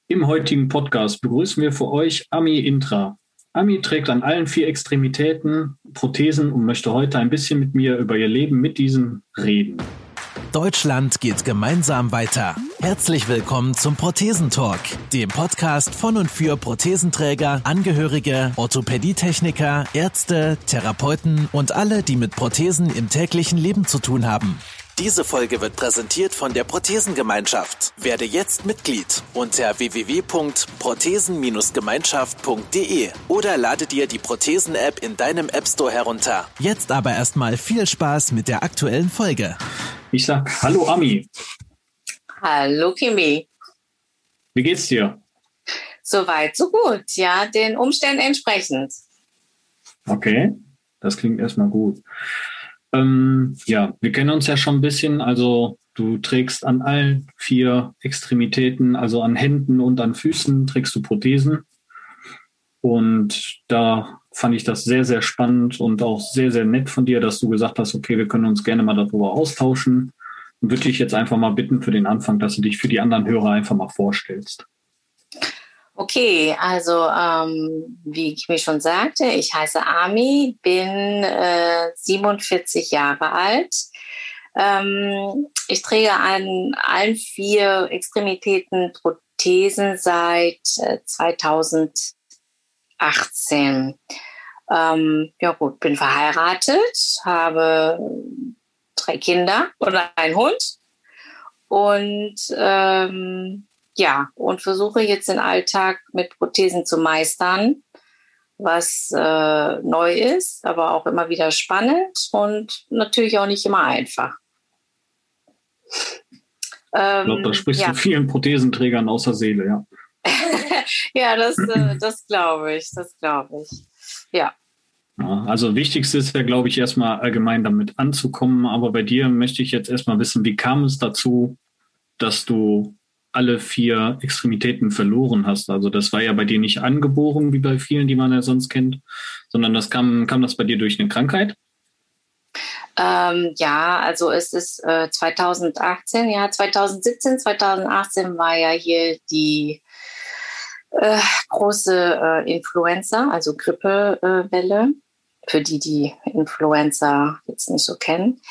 Im heutigen Podcast begrüßen wir für euch Ami Intra. Ami trägt an allen 4 Extremitäten Prothesen und möchte heute ein bisschen mit mir über ihr Leben mit diesen reden. Deutschland geht gemeinsam weiter. Herzlich willkommen zum Prothesentalk, dem Podcast von und für Prothesenträger, Angehörige, Orthopädietechniker, Ärzte, Therapeuten und alle, die mit Prothesen im täglichen Leben zu tun haben. Diese Folge wird präsentiert von der Prothesengemeinschaft. Werde jetzt Mitglied unter www.prothesen-gemeinschaft.de oder lade dir die Prothesen-App in deinem App Store herunter. Jetzt aber erstmal viel Spaß mit der aktuellen Folge. Ich sag Hallo Ami. Hallo Kimi. Wie geht's dir? Soweit, so gut, ja, den Umständen entsprechend. Okay, das klingt erstmal gut. Ja, wir kennen uns ja schon ein bisschen. Also du trägst an allen 4 Extremitäten, also an Händen und an Füßen, trägst du Prothesen. Und da fand ich das sehr, sehr spannend und auch sehr, sehr nett von dir, dass du gesagt hast, okay, wir können uns gerne mal darüber austauschen. Und würde dich jetzt einfach mal bitten für den Anfang, dass du dich für die anderen Hörer einfach mal vorstellst. Okay, also wie ich mir schon sagte, ich heiße Ami, bin 47 Jahre alt. Ich träge an allen 4 Extremitäten Prothesen seit 2018. Ja gut, bin verheiratet, habe 3 Kinder und einen Hund und und versuche jetzt den Alltag mit Prothesen zu meistern, was neu ist, aber auch immer wieder spannend und natürlich auch nicht immer einfach. Ich glaube, da sprichst du vielen Prothesenträgern aus der Seele, ja. Ja, das glaube ich, ja. Ja, also Wichtigste ist ja, glaube ich, erstmal allgemein damit anzukommen, aber bei dir möchte ich jetzt erstmal wissen, wie kam es dazu, dass du alle 4 Extremitäten verloren hast. Also das war ja bei dir nicht angeboren, wie bei vielen, die man ja sonst kennt, sondern das kam das bei dir durch eine Krankheit? Also es ist 2018, 2017, 2018 war ja hier die große Influenza, also Grippewelle, für die Influenza jetzt nicht so kennen.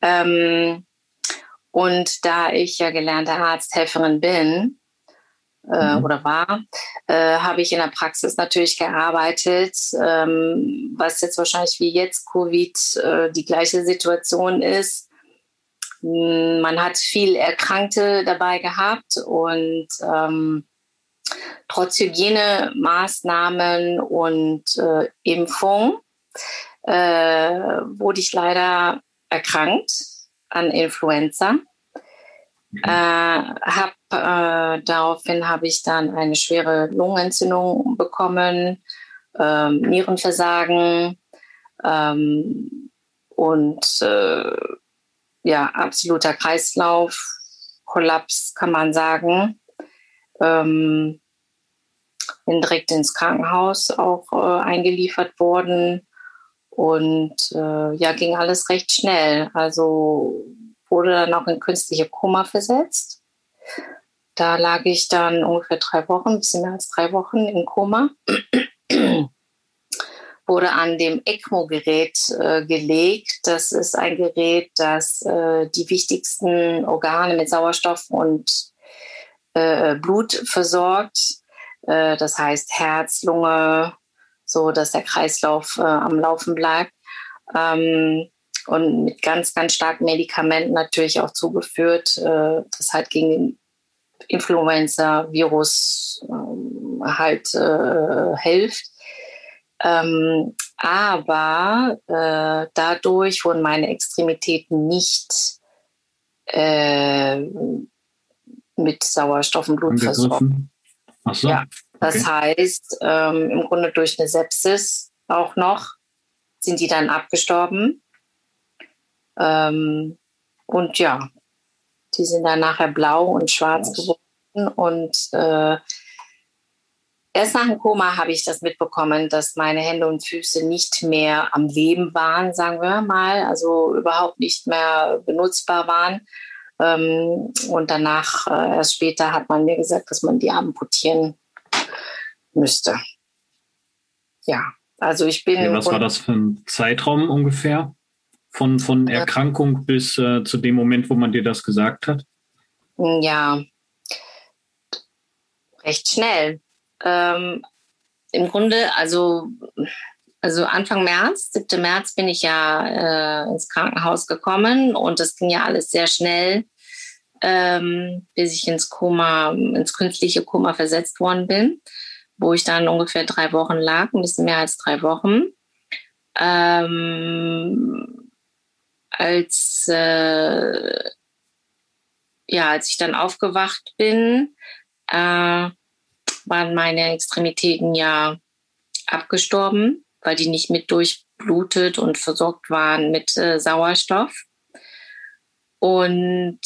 Und da ich ja gelernte Arzthelferin bin oder war, habe ich in der Praxis natürlich gearbeitet, was jetzt wahrscheinlich wie jetzt Covid die gleiche Situation ist. Man hat viel Erkrankte dabei gehabt und trotz Hygienemaßnahmen und Impfung wurde ich leider erkrankt an Influenza. Daraufhin habe ich dann eine schwere Lungenentzündung bekommen, Nierenversagen und absoluter Kreislaufkollaps, kann man sagen. Bin direkt ins Krankenhaus auch eingeliefert worden. Und ging alles recht schnell. Also wurde dann auch in künstliche Koma versetzt. Da lag ich dann ungefähr 3 Wochen, ein bisschen mehr als 3 Wochen im Koma. Wurde an dem ECMO-Gerät gelegt. Das ist ein Gerät, das die wichtigsten Organe mit Sauerstoff und Blut versorgt. Das heißt Herz, Lunge, so dass der Kreislauf am Laufen bleibt. Und mit ganz, ganz starken Medikamenten natürlich auch zugeführt, das halt gegen den Influenza-Virus hilft. Aber dadurch wurden meine Extremitäten nicht mit Sauerstoff und Blut versorgt. Ach so. Ja, das heißt, im Grunde durch eine Sepsis auch noch sind die dann abgestorben. Und die sind dann nachher blau und schwarz geworden. Und erst nach dem Koma habe ich das mitbekommen, dass meine Hände und Füße nicht mehr am Leben waren, sagen wir mal, also überhaupt nicht mehr benutzbar waren. Und danach, erst später, hat man mir gesagt, dass man die amputieren müsste. Ja, also ich bin... Okay, was war das für ein Zeitraum ungefähr? Von Erkrankung bis zu dem Moment, wo man dir das gesagt hat? Ja, recht schnell. Im Grunde, also Anfang März, 7. März bin ich ja ins Krankenhaus gekommen und das ging ja alles sehr schnell, bis ich ins künstliche Koma versetzt worden bin, wo ich dann ungefähr 3 Wochen lag, ein bisschen mehr als 3 Wochen. Als ich dann aufgewacht bin, waren meine Extremitäten ja abgestorben, weil die nicht mit durchblutet und versorgt waren mit Sauerstoff. Und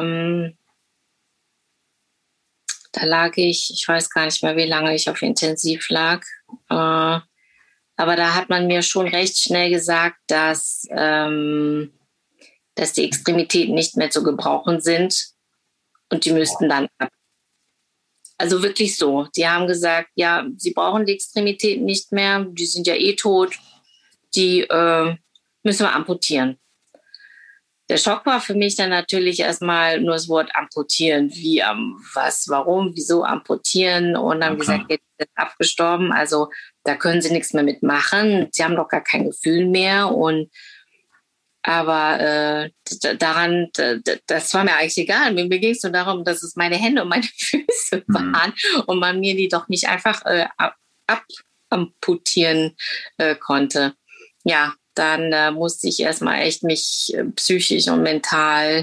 da lag ich weiß gar nicht mehr, wie lange ich auf Intensiv lag. Aber da hat man mir schon recht schnell gesagt, dass die Extremitäten nicht mehr zu gebrauchen sind und die müssten dann ab. Also wirklich so. Die haben gesagt, ja, sie brauchen die Extremitäten nicht mehr, die sind ja eh tot, die müssen wir amputieren. Der Schock war für mich dann natürlich erstmal nur das Wort amputieren. Wie, was, warum, wieso amputieren? Und dann gesagt, jetzt ist abgestorben, also da können sie nichts mehr mitmachen. Sie haben doch gar kein Gefühl mehr. Aber das war mir eigentlich egal. Mir ging es nur darum, dass es meine Hände und meine Füße waren und man mir die doch nicht einfach abamputieren konnte. Ja, dann musste ich erstmal echt mich psychisch und mental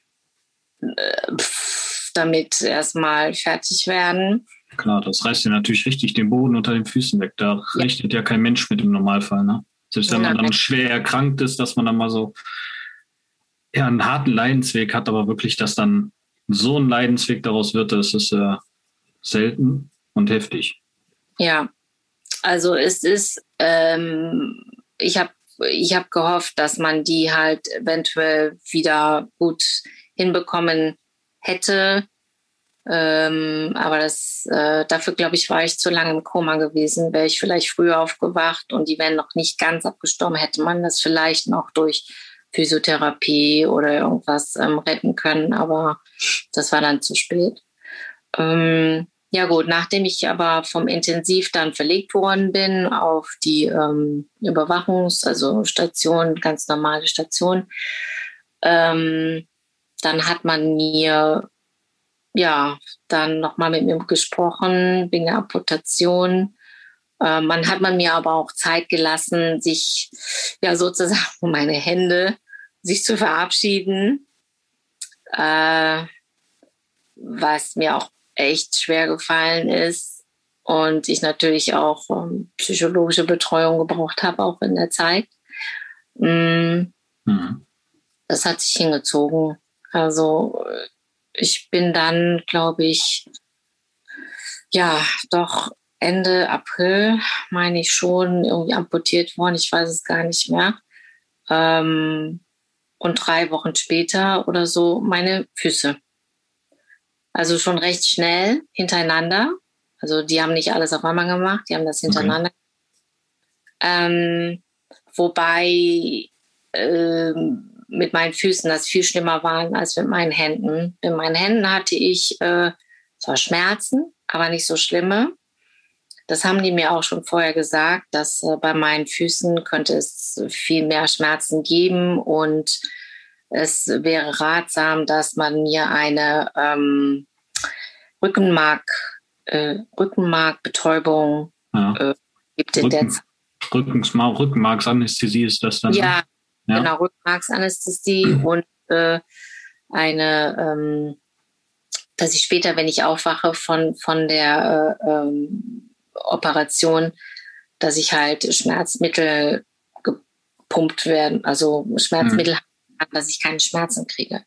damit erstmal fertig werden. Klar, das reißt dir natürlich richtig den Boden unter den Füßen weg. Da rechnet ja kein Mensch mit im Normalfall, ne? Selbst wenn man dann schwer erkrankt ist, dass man dann mal so einen harten Leidensweg hat, aber wirklich, dass dann so ein Leidensweg daraus wird, das ist selten und heftig. Ja, also es ist, ich hab gehofft, dass man die halt eventuell wieder gut hinbekommen hätte. Aber dafür, glaube ich, war ich zu lange im Koma gewesen. Wäre ich vielleicht früher aufgewacht und die wären noch nicht ganz abgestorben, hätte man das vielleicht noch durch Physiotherapie oder irgendwas retten können. Aber das war dann zu spät. Ja gut, nachdem ich aber vom Intensiv dann verlegt worden bin auf die also Station, ganz normale Station, dann hat man mir dann nochmal mit mir gesprochen wegen der Amputation. Hat man mir aber auch Zeit gelassen, sich sozusagen meine Hände sich zu verabschieden, was mir auch echt schwer gefallen ist und ich natürlich auch psychologische Betreuung gebraucht habe, auch in der Zeit. Das hat sich hingezogen. Also ich bin dann, glaube ich, doch Ende April, meine ich schon, irgendwie amputiert worden. Ich weiß es gar nicht mehr. Und 3 Wochen später oder so meine Füße. Also schon recht schnell hintereinander. Also die haben nicht alles auf einmal gemacht, die haben das hintereinander. Okay. Wobei mit meinen Füßen das viel schlimmer waren als mit meinen Händen. Mit meinen Händen hatte ich zwar Schmerzen, aber nicht so schlimme. Das haben die mir auch schon vorher gesagt, dass bei meinen Füßen könnte es viel mehr Schmerzen geben und es wäre ratsam, dass man mir eine Rückenmarkbetäubung gibt in der Zeit. Rückenmarksanästhesie ist das dann? Ja, genau, Rückenmarksanästhesie und dass ich später, wenn ich aufwache von der Operation, dass ich halt Schmerzmittel gepumpt werden, also Schmerzmittel, dass ich keine Schmerzen kriege.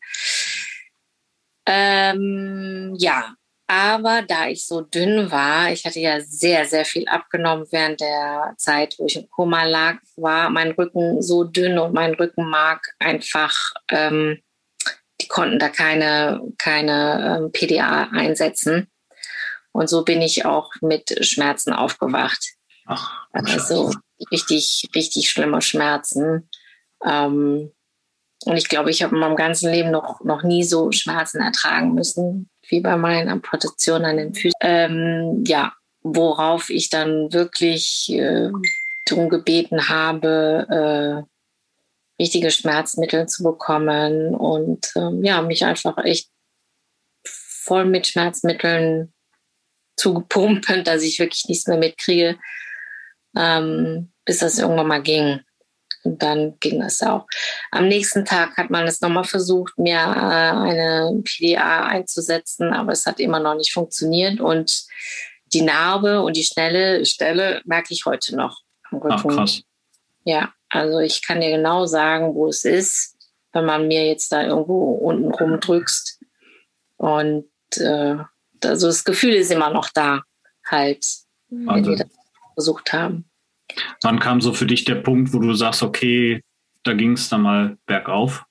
Aber da ich so dünn war, ich hatte ja sehr, sehr viel abgenommen während der Zeit, wo ich im Koma lag, war mein Rücken so dünn und mein Rückenmark einfach die konnten da keine PDA einsetzen. Und so bin ich auch mit Schmerzen aufgewacht. Ach, also richtig, richtig schlimme Schmerzen. Und ich glaube, ich habe in meinem ganzen Leben noch nie so Schmerzen ertragen müssen, wie bei meinen Amputationen an den Füßen. Worauf ich dann wirklich darum gebeten habe, richtige Schmerzmittel zu bekommen und mich einfach echt voll mit Schmerzmitteln zu pumpen, dass ich wirklich nichts mehr mitkriege, bis das irgendwann mal ging. Und dann ging das auch. Am nächsten Tag hat man es nochmal versucht, mir eine PDA einzusetzen, aber es hat immer noch nicht funktioniert. Und die Narbe und die schnelle Stelle merke ich heute noch am Rücken. Ach, krass. Ja, also ich kann dir genau sagen, wo es ist, wenn man mir jetzt da irgendwo unten rumdrückst. Und also das Gefühl ist immer noch da, halt, wenn wir das versucht haben. Wann kam so für dich der Punkt, wo du sagst, okay, da ging es dann mal bergauf?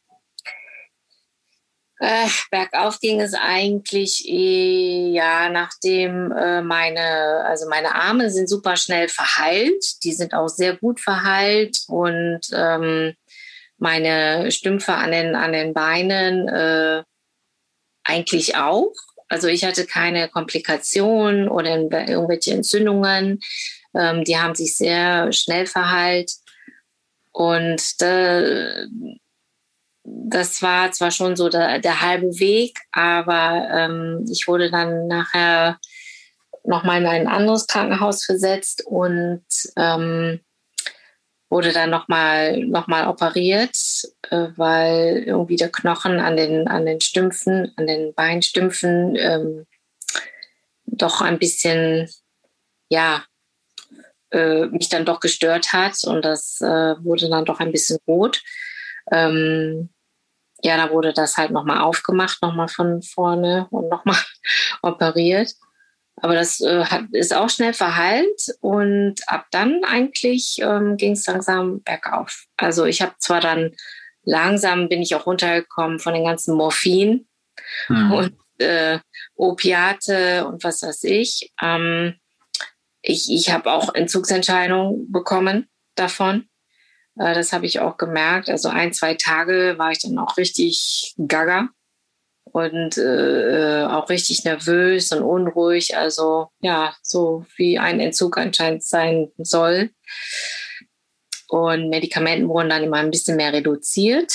Bergauf ging es eigentlich nachdem meine Arme sind super schnell verheilt. Die sind auch sehr gut verheilt und meine Stümpfe an den Beinen eigentlich auch. Also ich hatte keine Komplikationen oder irgendwelche Entzündungen. Die haben sich sehr schnell verheilt. Und das war zwar schon so der halbe Weg, aber ich wurde dann nachher nochmal in ein anderes Krankenhaus versetzt und wurde dann nochmal operiert, weil irgendwie der Knochen an den Stümpfen, an den Beinstümpfen doch ein bisschen, mich dann doch gestört hat und das wurde dann doch ein bisschen rot. Da wurde das halt nochmal aufgemacht, nochmal von vorne und nochmal operiert. Aber das ist auch schnell verheilt und ab dann eigentlich ging es langsam bergauf. Also ich habe zwar dann langsam bin ich auch runtergekommen von den ganzen Morphin und Opiate und was weiß ich. Ich habe auch Entzugsentscheidungen bekommen davon. Das habe ich auch gemerkt. Also 1-2 Tage war ich dann auch richtig gaga und auch richtig nervös und unruhig. Also ja, so wie ein Entzug anscheinend sein soll. Und Medikamenten wurden dann immer ein bisschen mehr reduziert.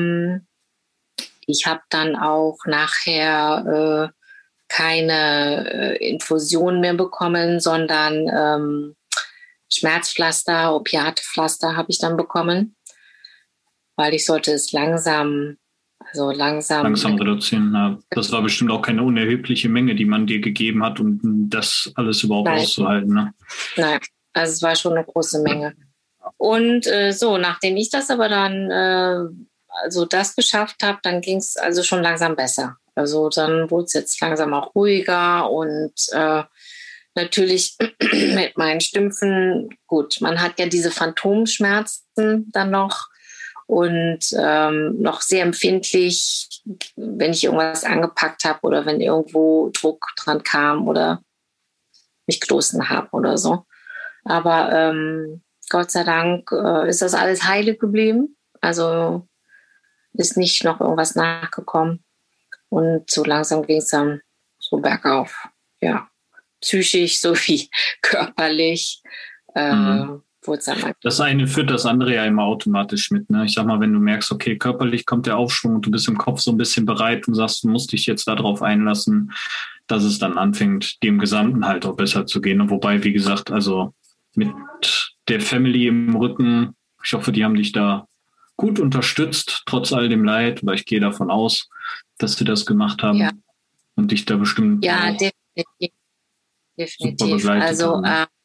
Ich habe dann auch nachher keine Infusion mehr bekommen, sondern Schmerzpflaster, Opiatepflaster habe ich dann bekommen, weil ich sollte es langsam reduzieren. Ja. Das war bestimmt auch keine unerhebliche Menge, die man dir gegeben hat, um das alles überhaupt auszuhalten. Ne? Nein, also es war schon eine große Menge. Und nachdem ich das aber dann das geschafft habe, dann ging es also schon langsam besser. Also dann wurde es jetzt langsam auch ruhiger und natürlich mit meinen Stümpfen, gut, man hat ja diese Phantomschmerzen dann noch und noch sehr empfindlich, wenn ich irgendwas angepackt habe oder wenn irgendwo Druck dran kam oder mich gestoßen habe oder so. Aber Gott sei Dank ist das alles heile geblieben. Also ist nicht noch irgendwas nachgekommen. Und so langsam ging es dann so bergauf. Ja, psychisch sowie körperlich wurde es dann. Das eine führt das andere ja immer automatisch mit. Ne? Ich sag mal, wenn du merkst, okay, körperlich kommt der Aufschwung und du bist im Kopf so ein bisschen bereit und sagst, du musst dich jetzt darauf einlassen, dass es dann anfängt, dem Gesamten halt auch besser zu gehen. Und wobei, wie gesagt, also mit der Family im Rücken, ich hoffe, die haben dich da gut unterstützt, trotz all dem Leid, weil ich gehe davon aus, dass sie das gemacht haben und dich da bestimmt definitiv. Also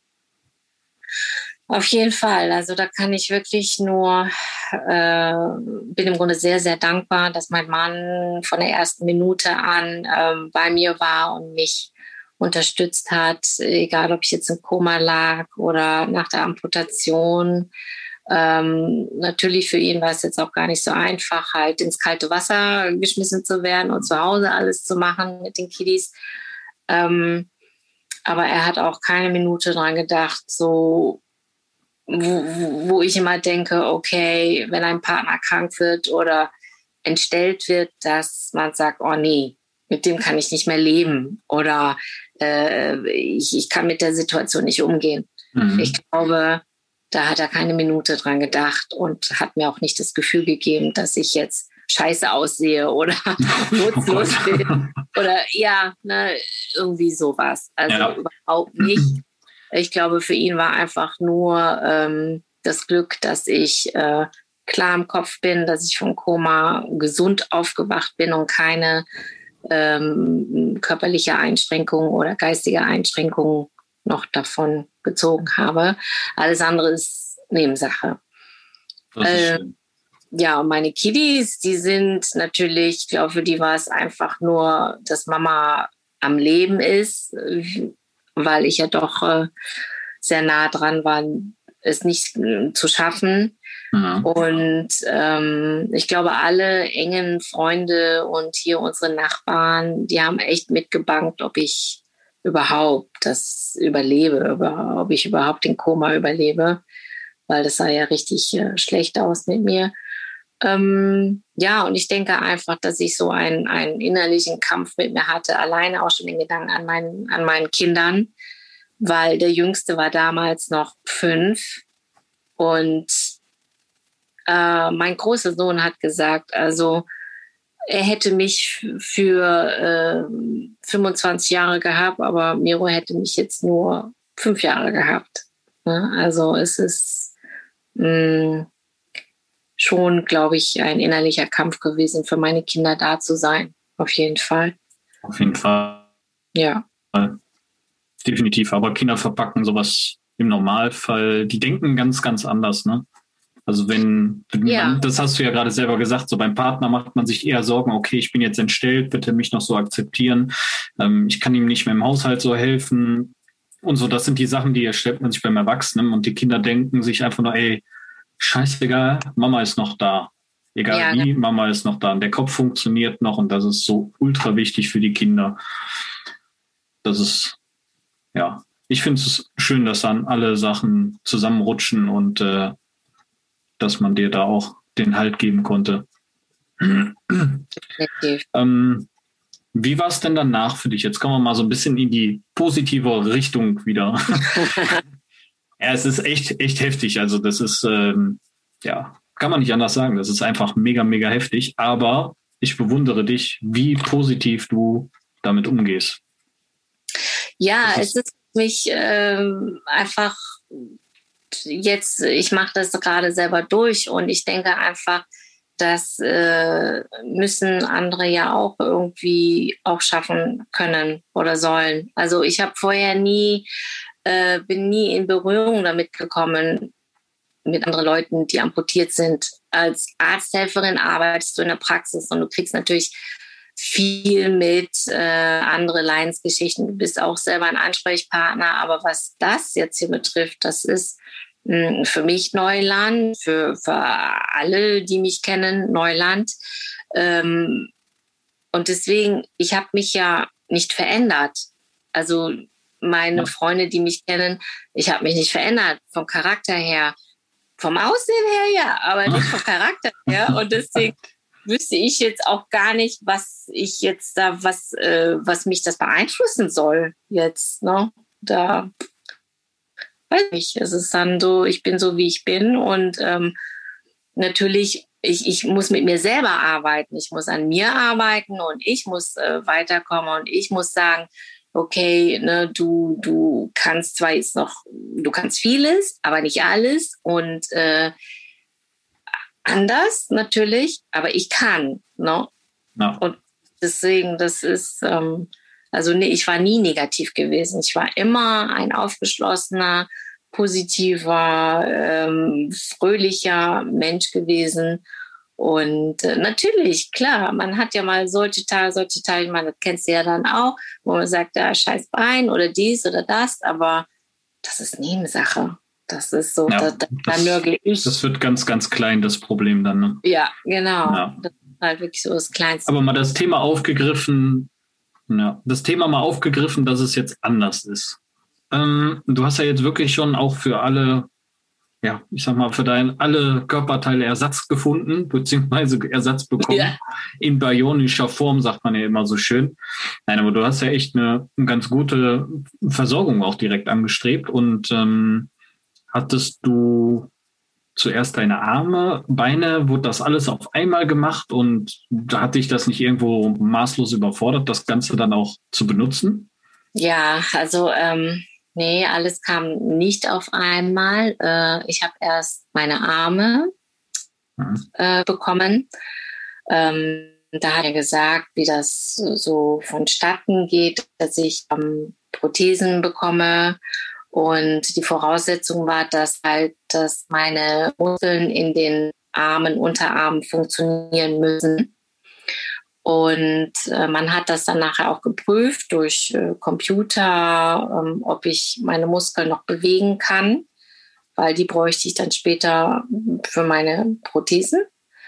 auf jeden Fall. Also da kann ich wirklich nur, bin im Grunde sehr, sehr dankbar, dass mein Mann von der ersten Minute an bei mir war und mich unterstützt hat, egal ob ich jetzt im Koma lag oder nach der Amputation. Natürlich für ihn war es jetzt auch gar nicht so einfach, halt ins kalte Wasser geschmissen zu werden und zu Hause alles zu machen mit den Kiddies. Aber er hat auch keine Minute dran gedacht, so wo ich immer denke, okay, wenn ein Partner krank wird oder entstellt wird, dass man sagt, oh nee, mit dem kann ich nicht mehr leben oder ich kann mit der Situation nicht umgehen. Mhm. Ich glaube, da hat er keine Minute dran gedacht und hat mir auch nicht das Gefühl gegeben, dass ich jetzt scheiße aussehe oder nutzlos bin oder irgendwie sowas. Also überhaupt nicht. Ich glaube, für ihn war einfach nur das Glück, dass ich klar im Kopf bin, dass ich vom Koma gesund aufgewacht bin und keine körperliche Einschränkung oder geistige Einschränkung noch davon gezogen habe. Alles andere ist Nebensache. Ja, und meine Kiddies, die sind natürlich, ich glaube, für die war es einfach nur, dass Mama am Leben ist, weil ich ja doch sehr nah dran war, es nicht zu schaffen. Mhm. Und ich glaube, alle engen Freunde und hier unsere Nachbarn, die haben echt mitgebankt, ob ich überhaupt das überlebe, ob ich überhaupt den Koma überlebe, weil das sah ja richtig schlecht aus mit mir. Ja, und ich denke einfach, dass ich so einen innerlichen Kampf mit mir hatte, alleine auch schon den Gedanken an meinen Kindern, weil der Jüngste war damals noch 5 und mein großer Sohn hat gesagt, also er hätte mich für 25 Jahre gehabt, aber Miro hätte mich jetzt nur 5 Jahre gehabt. Also es ist schon, glaube ich, ein innerlicher Kampf gewesen, für meine Kinder da zu sein. Auf jeden Fall. Auf jeden Fall. Ja. Definitiv. Aber Kinder verpacken sowas im Normalfall, die denken ganz, ganz anders, ne? Also das hast du ja gerade selber gesagt, so beim Partner macht man sich eher Sorgen, okay, ich bin jetzt entstellt, bitte mich noch so akzeptieren. Ich kann ihm nicht mehr im Haushalt so helfen. Und so, das sind die Sachen, die stellt man sich beim Erwachsenen. Und die Kinder denken sich einfach nur, ey, scheißegal, Mama ist noch da. Egal wie, Mama ist noch da. Und der Kopf funktioniert noch und das ist so ultra wichtig für die Kinder. Das ist, ich finde es schön, dass dann alle Sachen zusammenrutschen und dass man dir da auch den Halt geben konnte. Wie war es denn danach für dich? Jetzt kommen wir mal so ein bisschen in die positive Richtung wieder. Ja, es ist echt heftig. Also das ist, kann man nicht anders sagen. Das ist einfach mega, mega heftig. Aber ich bewundere dich, wie positiv du damit umgehst. Ja, es ist für mich einfach jetzt, ich mache das gerade selber durch und ich denke einfach, das müssen andere ja auch irgendwie auch schaffen können oder sollen. Also ich habe vorher bin nie in Berührung damit gekommen, mit anderen Leuten, die amputiert sind. Als Arzthelferin arbeitest du in der Praxis und du kriegst natürlich viel mit andere Leidensgeschichten. Du bist auch selber ein Ansprechpartner, aber was das jetzt hier betrifft, das ist für mich Neuland, für alle, die mich kennen, Neuland. Und deswegen, ich habe mich ja nicht verändert. Also meine Freunde, die mich kennen, ich habe mich nicht verändert vom Charakter her. Vom Aussehen her ja, aber nicht vom Charakter her. Und deswegen wüsste ich jetzt auch gar nicht, was ich jetzt da, was mich das beeinflussen soll jetzt. Ne? Da weiß ich nicht. Es ist dann so, ich bin so, wie ich bin. Und natürlich, ich muss mit mir selber arbeiten. Ich muss an mir arbeiten und ich muss weiterkommen und ich muss sagen, okay, ne, du kannst zwar jetzt noch, du kannst vieles, aber nicht alles und anders natürlich, aber ich kann, ne? Ja. Und deswegen, das ist, ich war nie negativ gewesen. Ich war immer ein aufgeschlossener, positiver, fröhlicher Mensch gewesen. Und natürlich, klar, man hat ja mal solche Tage, man kennst du ja dann auch, wo man sagt, ja, scheiß Bein oder dies oder das, aber das ist Nebensache. Das ist so, Ja, da nörgle ich. Das wird ganz, ganz klein, das Problem dann. Ne? Ja, genau. Ja. Das ist halt wirklich so das Kleinste. Aber mal das Thema aufgegriffen, dass es jetzt anders ist. Du hast ja jetzt wirklich schon auch für alle, ja, ich sag mal, für alle Körperteile Ersatz gefunden, beziehungsweise Ersatz bekommen. Ja. In bionischer Form, sagt man ja immer so schön. Nein, aber du hast ja echt eine ganz gute Versorgung auch direkt angestrebt. Und hattest du zuerst deine Arme, Beine, wurde das alles auf einmal gemacht und da hat dich das nicht irgendwo maßlos überfordert, das Ganze dann auch zu benutzen? Ja, also nee, alles kam nicht auf einmal. Ich habe erst meine Arme bekommen. Da hat er gesagt, wie das so vonstatten geht, dass ich Prothesen bekomme. Und die Voraussetzung war, dass meine Muskeln in den Armen, Unterarmen funktionieren müssen. Und man hat das dann nachher auch geprüft durch Computer, ob ich meine Muskeln noch bewegen kann, weil die bräuchte ich dann später für meine Prothesen,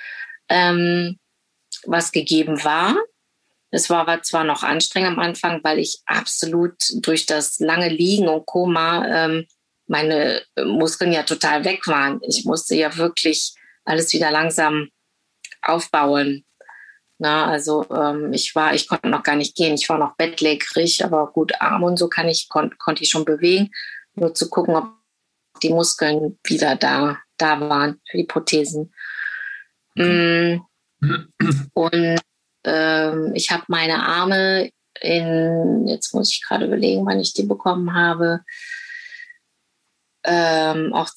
was gegeben war. Es war aber zwar noch anstrengend am Anfang, weil ich absolut durch das lange Liegen und Koma meine Muskeln ja total weg waren. Ich musste ja wirklich alles wieder langsam aufbauen. Na, also ich konnte noch gar nicht gehen. Ich war noch bettlägerig, aber gut, Arm und so konnte ich schon bewegen. Nur zu gucken, ob die Muskeln wieder da waren für die Prothesen. Okay. Und ich habe meine Arme jetzt muss ich gerade überlegen, wann ich die bekommen habe, auch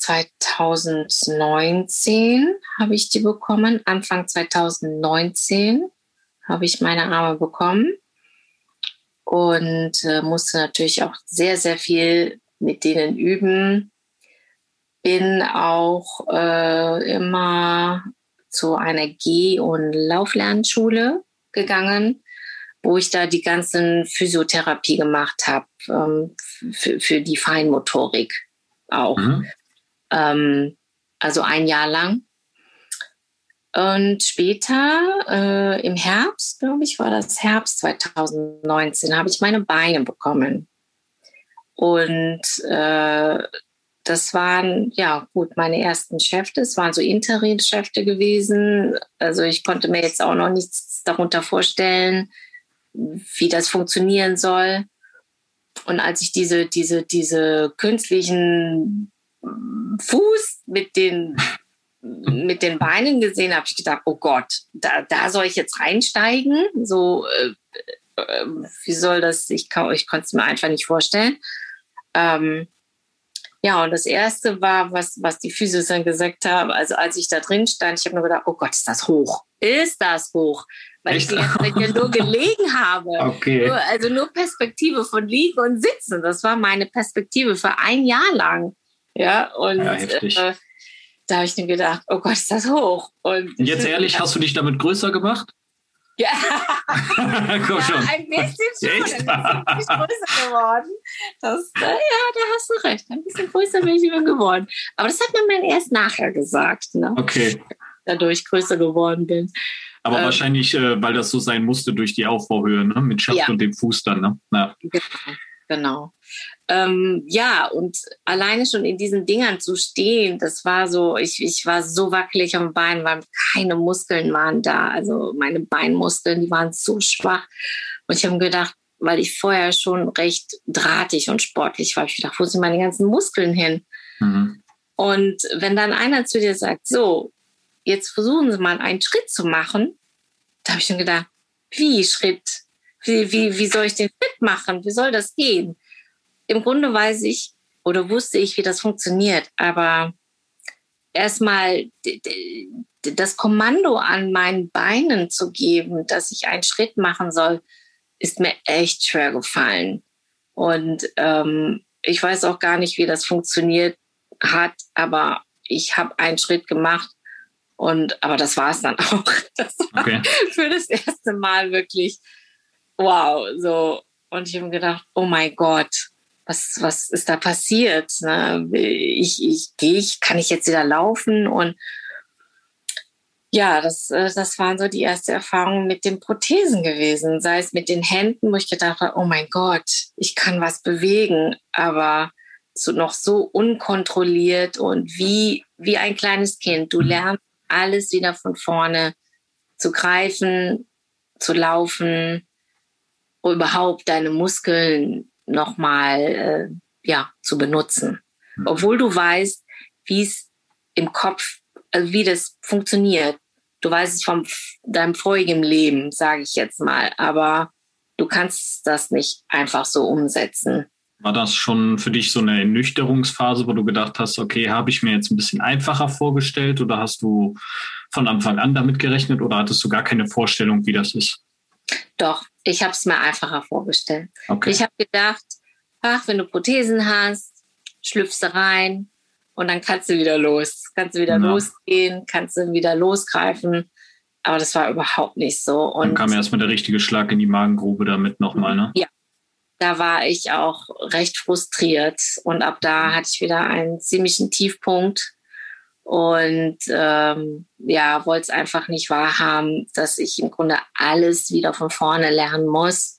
2019 habe ich die bekommen. Anfang 2019 habe ich meine Arme bekommen und musste natürlich auch sehr, sehr viel mit denen üben. Bin auch immer zu einer Geh- und Lauflernschule gegangen, wo ich da die ganzen Physiotherapie gemacht habe für die Feinmotorik auch. Also ein Jahr lang. Und später, im Herbst, glaube ich, war das Herbst 2019, habe ich meine Beine bekommen. Und das waren, ja gut, meine ersten Schäfte. Es waren so Interimschäfte gewesen. Also ich konnte mir jetzt auch noch nichts darunter vorstellen, wie das funktionieren soll. Und als ich diese künstlichen Fuß mit den Beinen gesehen habe, ich gedacht, oh Gott, da soll ich jetzt reinsteigen? So, wie soll das? Ich konnte es mir einfach nicht vorstellen. Ja, und das Erste war, was die Physios dann gesagt haben, also als ich da drin stand, ich habe mir gedacht, oh Gott, ist das hoch? Ist das hoch? Weil ich die ganze Zeit ja nur gelegen habe. Okay. Nur Perspektive von Liegen und Sitzen. Das war meine Perspektive für ein Jahr lang. Ja, und ja, heftig. Da habe ich mir gedacht, oh Gott, ist das hoch. Und jetzt ehrlich, hast du dich damit größer gemacht? Ja, komm schon. Ein bisschen schon. Echt? Ein bisschen größer geworden. Da hast du recht. Ein bisschen größer bin ich immer geworden. Aber das hat man erst nachher gesagt. Ne? Okay. Dadurch größer geworden bin. Aber wahrscheinlich, weil das so sein musste durch die Aufbauhöhe, ne? Mit Schaft und dem Fuß dann. Ne? Ja. Genau. Ja, und alleine schon in diesen Dingern zu stehen, das war so, ich war so wackelig am Bein, weil keine Muskeln waren da. Also meine Beinmuskeln, die waren so schwach. Und ich habe mir gedacht, weil ich vorher schon recht drahtig und sportlich war, ich gedacht, wo sind meine ganzen Muskeln hin? Mhm. Und wenn dann einer zu dir sagt, so, jetzt versuchen Sie mal einen Schritt zu machen, da habe ich schon gedacht, wie Schritt? Wie soll ich den Schritt machen? Wie soll das gehen? Im Grunde wusste ich, wie das funktioniert. Aber erstmal das Kommando an meinen Beinen zu geben, dass ich einen Schritt machen soll, ist mir echt schwer gefallen. Und ich weiß auch gar nicht, wie das funktioniert hat, aber ich habe einen Schritt gemacht. Aber das war es dann auch. Das war für das erste Mal wirklich wow. So. Und ich habe mir gedacht, oh mein Gott, was ist da passiert? Ne? Kann ich jetzt wieder laufen? Und ja, das waren so die erste Erfahrung mit den Prothesen gewesen. Sei es mit den Händen, wo ich gedacht habe, oh mein Gott, ich kann was bewegen, aber noch so unkontrolliert und wie ein kleines Kind. Du lernst alles wieder von vorne zu greifen, zu laufen, überhaupt deine Muskeln nochmal zu benutzen. Obwohl du weißt, wie es im Kopf, also wie das funktioniert. Du weißt es von deinem vorigen Leben, sage ich jetzt mal, aber du kannst das nicht einfach so umsetzen. War das schon für dich so eine Ernüchterungsphase, wo du gedacht hast, okay, habe ich mir jetzt ein bisschen einfacher vorgestellt oder hast du von Anfang an damit gerechnet oder hattest du gar keine Vorstellung, wie das ist? Doch, ich habe es mir einfacher vorgestellt. Okay. Ich habe gedacht, wenn du Prothesen hast, schlüpfst du rein und dann kannst du wieder los. Kannst du wieder losgehen, kannst du wieder losgreifen. Aber das war überhaupt nicht so. Und dann kam erstmal der richtige Schlag in die Magengrube damit nochmal, ne? Ja, da war ich auch recht frustriert. Und ab da hatte ich wieder einen ziemlichen Tiefpunkt. Und wollte es einfach nicht wahrhaben, dass ich im Grunde alles wieder von vorne lernen muss.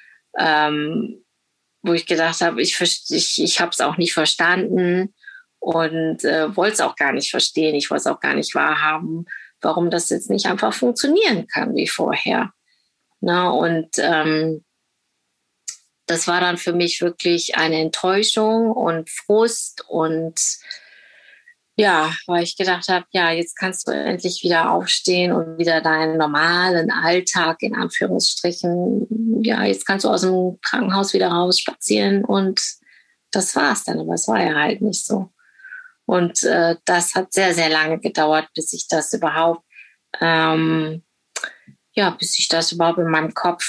Wo ich gedacht habe, ich habe es auch nicht verstanden und wollte es auch gar nicht verstehen. Ich wollte es auch gar nicht wahrhaben, warum das jetzt nicht einfach funktionieren kann wie vorher. Na, und das war dann für mich wirklich eine Enttäuschung und Frust und ja, weil ich gedacht habe, ja, jetzt kannst du endlich wieder aufstehen und wieder deinen normalen Alltag in Anführungsstrichen, ja, jetzt kannst du aus dem Krankenhaus wieder raus spazieren und das war's dann, aber es war ja halt nicht so. Und das hat sehr, sehr lange gedauert, bis ich das überhaupt in meinem Kopf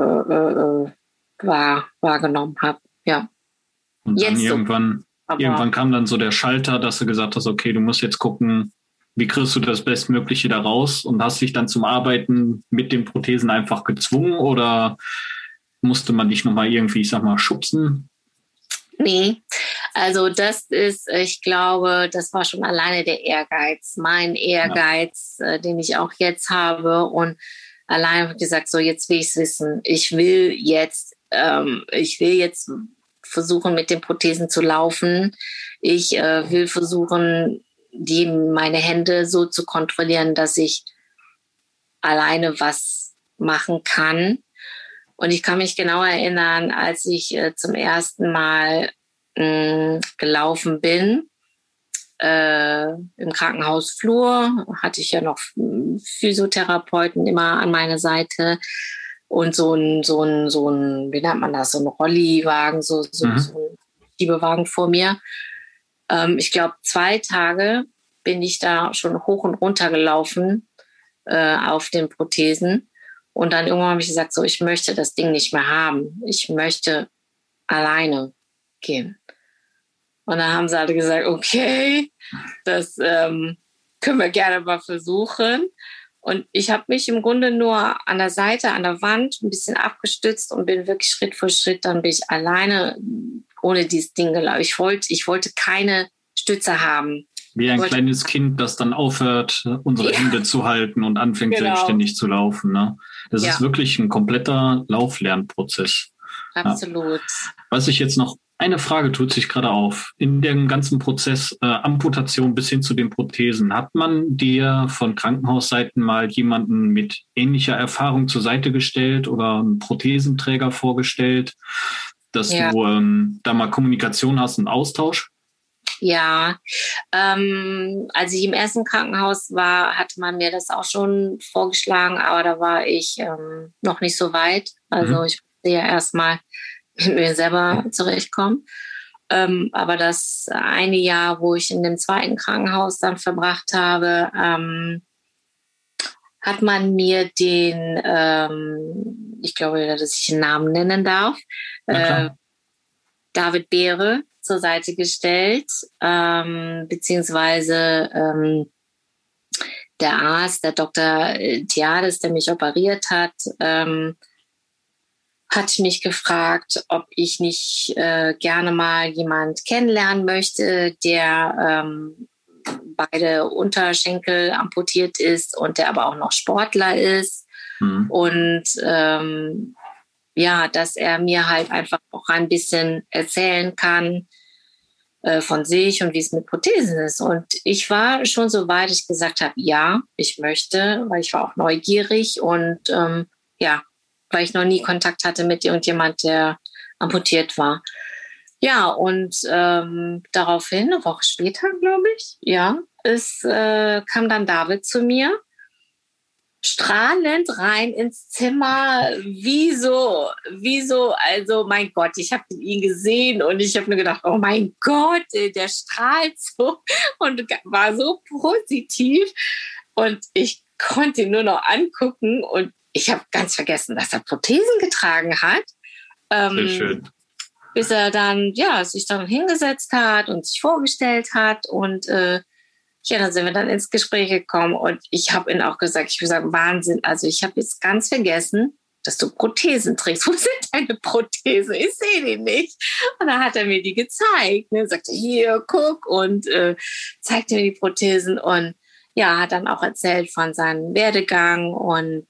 wahrgenommen habe, ja. Und dann Jetzt irgendwann kam dann so der Schalter, dass du gesagt hast, okay, du musst jetzt gucken, wie kriegst du das Bestmögliche da raus und hast dich dann zum Arbeiten mit den Prothesen einfach gezwungen oder musste man dich nochmal irgendwie, ich sag mal, schubsen? Nee, also das ist, ich glaube, das war schon alleine der Ehrgeiz, mein Ehrgeiz, den ich auch jetzt habe und allein habe ich gesagt, so jetzt will ich es wissen, ich will jetzt versuchen, mit den Prothesen zu laufen. Ich will versuchen, meine Hände so zu kontrollieren, dass ich alleine was machen kann. Und ich kann mich genau erinnern, als ich zum ersten Mal gelaufen bin, im Krankenhausflur, hatte ich ja noch Physiotherapeuten immer an meiner Seite. Und so ein, wie nennt man das, so ein Rolliwagen, so ein Schiebewagen vor mir. Ich glaube, 2 Tage bin ich da schon hoch und runter gelaufen auf den Prothesen. Und dann irgendwann habe ich gesagt, so, ich möchte das Ding nicht mehr haben. Ich möchte alleine gehen. Und dann haben sie alle gesagt, okay, das können wir gerne mal versuchen. Und ich habe mich im Grunde nur an der Seite, an der Wand ein bisschen abgestützt und bin wirklich Schritt für Schritt, dann bin ich alleine ohne dieses Ding gelaufen. Ich wollte keine Stütze haben. Wie ein kleines Kind, das dann aufhört, unsere Hände zu halten und anfängt selbstständig zu laufen. Ne? Das ist wirklich ein kompletter Lauflernprozess. Absolut. Was ich jetzt noch, eine Frage tut sich gerade auf. In dem ganzen Prozess Amputation bis hin zu den Prothesen, hat man dir von Krankenhausseiten mal jemanden mit ähnlicher Erfahrung zur Seite gestellt oder einen Prothesenträger vorgestellt, dass du da mal Kommunikation hast und Austausch? Ja, als ich im ersten Krankenhaus war, hatte man mir das auch schon vorgeschlagen, aber da war ich noch nicht so weit. Also ich musste ja erstmal mit mir selber zurechtkommen. Aber das eine Jahr, wo ich in dem zweiten Krankenhaus dann verbracht habe, hat man mir ich glaube, dass ich den Namen nennen darf, David Beere zur Seite gestellt, beziehungsweise der Arzt, der Dr. Thiades, der mich operiert hat, hat mich gefragt, ob ich nicht gerne mal jemand kennenlernen möchte, der beide Unterschenkel amputiert ist und der aber auch noch Sportler ist. Und dass er mir halt einfach auch ein bisschen erzählen kann von sich und wie es mit Prothesen ist. Und ich war schon so weit, ich gesagt habe, ja, ich möchte, weil ich war auch neugierig und weil ich noch nie Kontakt hatte mit irgendjemand, der amputiert war. Ja, und daraufhin, eine Woche später, glaube ich, kam dann David zu mir, strahlend rein ins Zimmer, wieso, also mein Gott, ich habe ihn gesehen und ich habe mir gedacht, oh mein Gott, der strahlt so und war so positiv und ich konnte ihn nur noch angucken und ich habe ganz vergessen, dass er Prothesen getragen hat. Sehr schön. Bis er dann, sich dann hingesetzt hat und sich vorgestellt hat und dann sind wir dann ins Gespräch gekommen und ich habe ihm auch gesagt, Wahnsinn, also ich habe jetzt ganz vergessen, dass du Prothesen trägst. Wo sind deine Prothesen? Ich sehe die nicht. Und dann hat er mir die gezeigt. Ne? Sagte, hier, guck und zeigte mir die Prothesen und hat dann auch erzählt von seinem Werdegang und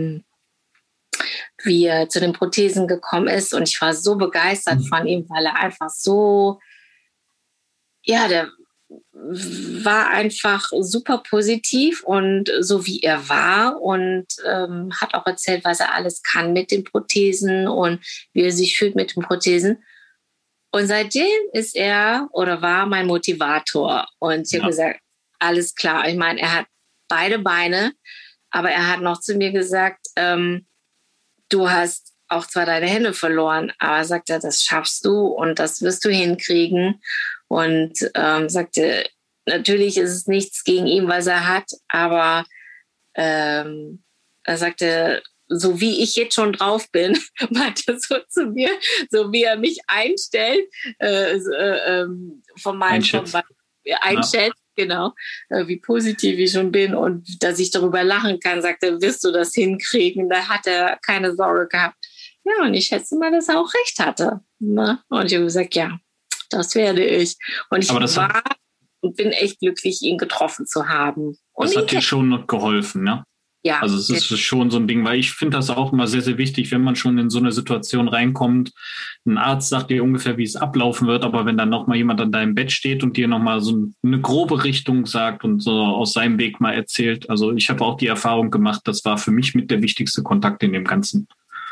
wie er zu den Prothesen gekommen ist. Und ich war so begeistert von ihm, weil er einfach so, der war einfach super positiv und so wie er war und hat auch erzählt, was er alles kann mit den Prothesen und wie er sich fühlt mit den Prothesen. Und seitdem ist er oder war mein Motivator. Und ich habe gesagt, alles klar. Ich meine, er hat beide Beine, aber er hat noch zu mir gesagt, du hast auch zwar deine Hände verloren, aber sagt er, das schaffst du und das wirst du hinkriegen. Und sagte, natürlich ist es nichts gegen ihn, was er hat, aber er sagte, so wie ich jetzt schon drauf bin, meinte so zu mir, so wie er mich einstellt, einschätzt, genau, wie positiv ich schon bin und dass ich darüber lachen kann, sagte, wirst du das hinkriegen? Da hat er keine Sorge gehabt. Ja, und ich schätze mal, dass er auch recht hatte. Ne? Und ich habe gesagt, ja, das werde ich. Und ich bin echt glücklich, ihn getroffen zu haben. Das hat dir schon geholfen, ne? Ja. Also es ist schon so ein Ding, weil ich finde das auch immer sehr, sehr wichtig, wenn man schon in so eine Situation reinkommt. Ein Arzt sagt dir ungefähr, wie es ablaufen wird, aber wenn dann nochmal jemand an deinem Bett steht und dir nochmal so eine grobe Richtung sagt und so aus seinem Weg mal erzählt. Also ich habe auch die Erfahrung gemacht, das war für mich mit der wichtigste Kontakt in dem Ganzen.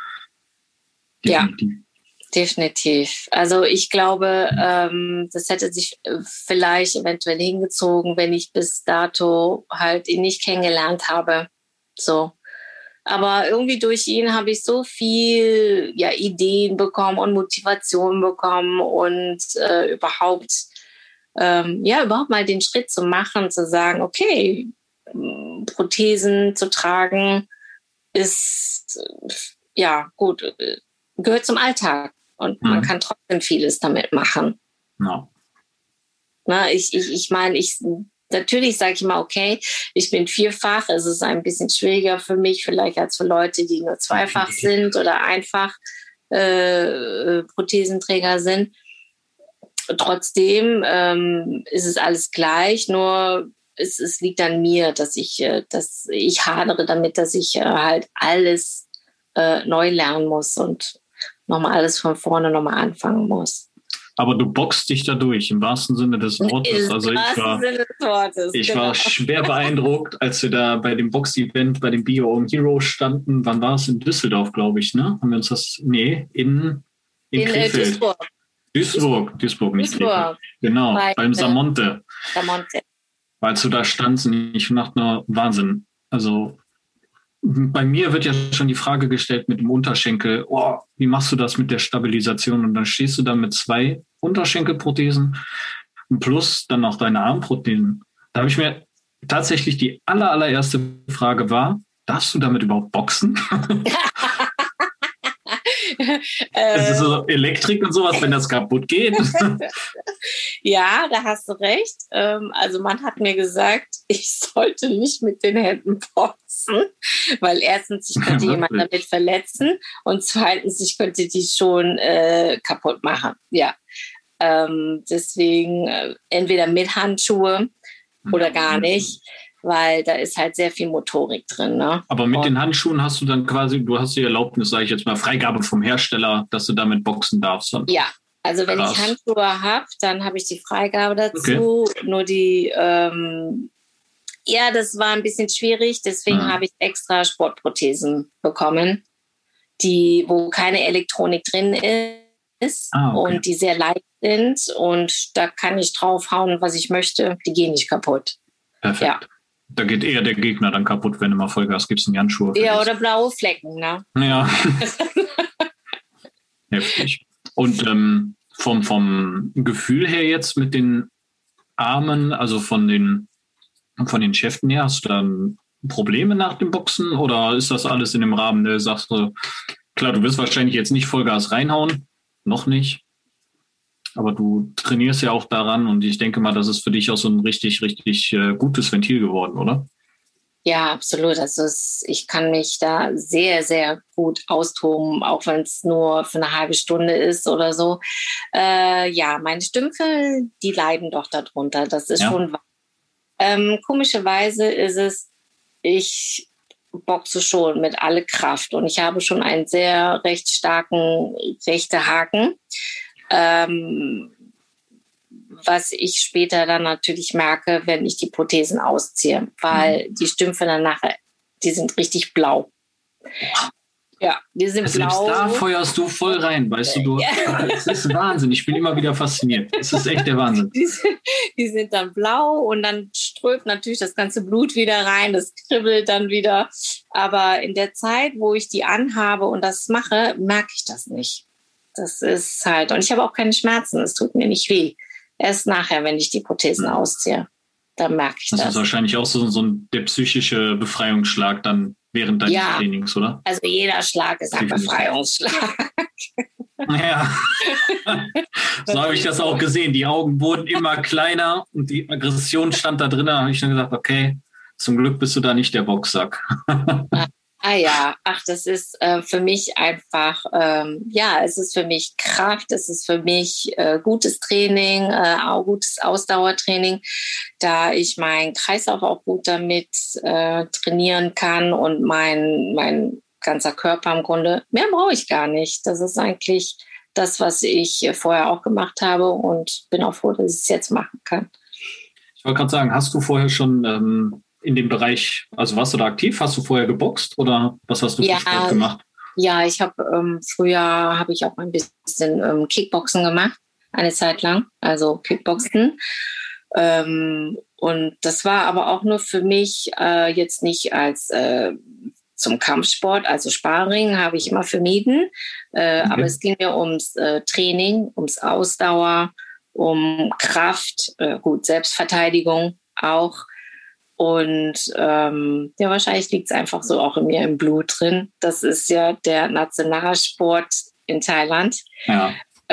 Definitiv. Ja. Definitiv. Also ich glaube, das hätte sich vielleicht eventuell hingezogen, wenn ich bis dato halt ihn nicht kennengelernt habe. So. Aber irgendwie durch ihn habe ich so viel Ideen bekommen und Motivation bekommen und überhaupt mal den Schritt zu machen, zu sagen, okay, Prothesen zu tragen ist gut, gehört zum Alltag. Und man kann trotzdem vieles damit machen. Ja. Na, ich meine, natürlich sage ich mal, okay, ich bin vierfach. Es ist ein bisschen schwieriger für mich, vielleicht als für Leute, die nur zweifach sind oder einfach Prothesenträger sind. Trotzdem ist es alles gleich, nur es liegt an mir, dass ich hadere damit, dass ich halt alles neu lernen muss und nochmal alles von vorne nochmal anfangen muss. Aber du boxst dich da durch, im wahrsten Sinne des Wortes. Also ich war schwer beeindruckt, als wir da bei dem Box-Event, bei dem Bio Own Hero standen. Wann war es? In Düsseldorf, glaube ich, ne? Haben wir uns das? Nee, in Krefeld. Duisburg, nicht Krefeld. Genau, beim Samonte. Als du da standst und ich dachte, nur Wahnsinn. Also bei mir wird ja schon die Frage gestellt mit dem Unterschenkel, wie machst du das mit der Stabilisation? Und dann stehst du da mit 2 Unterschenkelprothesen plus dann noch deine Armprothesen. Da habe ich mir tatsächlich die allererste Frage war, darfst du damit überhaupt boxen? Das ist so Elektrik und sowas, wenn das kaputt geht. Ja, da hast du recht. Also man hat mir gesagt, ich sollte nicht mit den Händen boxen, weil erstens, ich könnte jemanden damit verletzen und zweitens, ich könnte die schon kaputt machen. Ja, deswegen entweder mit Handschuhe oder gar nicht, weil da ist halt sehr viel Motorik drin. Ne? Aber mit den Handschuhen hast du dann quasi, du hast die Erlaubnis, sage ich jetzt mal, Freigabe vom Hersteller, dass du damit boxen darfst. Ja, also wenn ich Handschuhe habe, dann habe ich die Freigabe dazu. Okay. Nur die, das war ein bisschen schwierig, deswegen habe ich extra Sportprothesen bekommen, wo keine Elektronik drin ist und die sehr leicht sind und da kann ich draufhauen, was ich möchte, die gehen nicht kaputt. Perfekt. Ja. Da geht eher der Gegner dann kaputt, wenn du mal Vollgas gibst in Handschuhe. Ja, oder blaue Flecken, ne? Ja. Heftig. Und vom Gefühl her jetzt mit den Armen, also von den Schäften her, hast du dann Probleme nach dem Boxen oder ist das alles in dem Rahmen, der sagst du, klar, du wirst wahrscheinlich jetzt nicht Vollgas reinhauen, noch nicht, aber du trainierst ja auch daran und ich denke mal, das ist für dich auch so ein richtig, richtig gutes Ventil geworden, oder? Ja, absolut. Also ich kann mich da sehr, sehr gut austoben, auch wenn es nur für eine halbe Stunde ist oder so. Meine Stümpfe, die leiden doch darunter. Das ist schon wahr. Komischerweise ist es, ich boxe schon mit aller Kraft und ich habe schon einen sehr recht starken rechten Haken. Was ich später dann natürlich merke, wenn ich die Prothesen ausziehe, weil die Stümpfe dann nachher, die sind richtig blau. Ja, die sind blau. Selbst da feuerst du voll rein, weißt du. Das ist Wahnsinn, ich bin immer wieder fasziniert. Das ist echt der Wahnsinn. Die sind dann blau und dann strömt natürlich das ganze Blut wieder rein, das kribbelt dann wieder. Aber in der Zeit, wo ich die anhabe und das mache, merke ich das nicht. Das ist halt, und ich habe auch keine Schmerzen, es tut mir nicht weh. Erst nachher, wenn ich die Prothesen ausziehe, dann merke ich das. Das ist wahrscheinlich auch so der psychische Befreiungsschlag dann während deines Trainings, oder? Also jeder Schlag ist ein Befreiungsschlag. Ja, so habe ich das auch gesehen. Die Augen wurden immer kleiner und die Aggression stand da drin. Da habe ich dann gesagt, okay, zum Glück bist du da nicht der Boxsack. Das ist für mich einfach, es ist für mich Kraft, es ist für mich gutes Training, auch gutes Ausdauertraining, da ich meinen Kreislauf auch gut damit trainieren kann und mein ganzer Körper im Grunde, mehr brauche ich gar nicht. Das ist eigentlich das, was ich vorher auch gemacht habe und bin auch froh, dass ich es jetzt machen kann. Ich wollte gerade sagen, hast du vorher schon in dem Bereich, also warst du da aktiv? Hast du vorher geboxt oder was hast du für Sport gemacht? Ja, ich habe früher habe ich auch ein bisschen Kickboxen gemacht, eine Zeit lang, also Kickboxen. Und das war aber auch nur für mich jetzt nicht als zum Kampfsport, also Sparring habe ich immer vermieden. Aber es ging mir ums Training, ums Ausdauer, um Kraft, Selbstverteidigung auch. Und wahrscheinlich liegt es einfach so auch in mir im Blut drin. Das ist ja der Nationalsport in Thailand. Ja.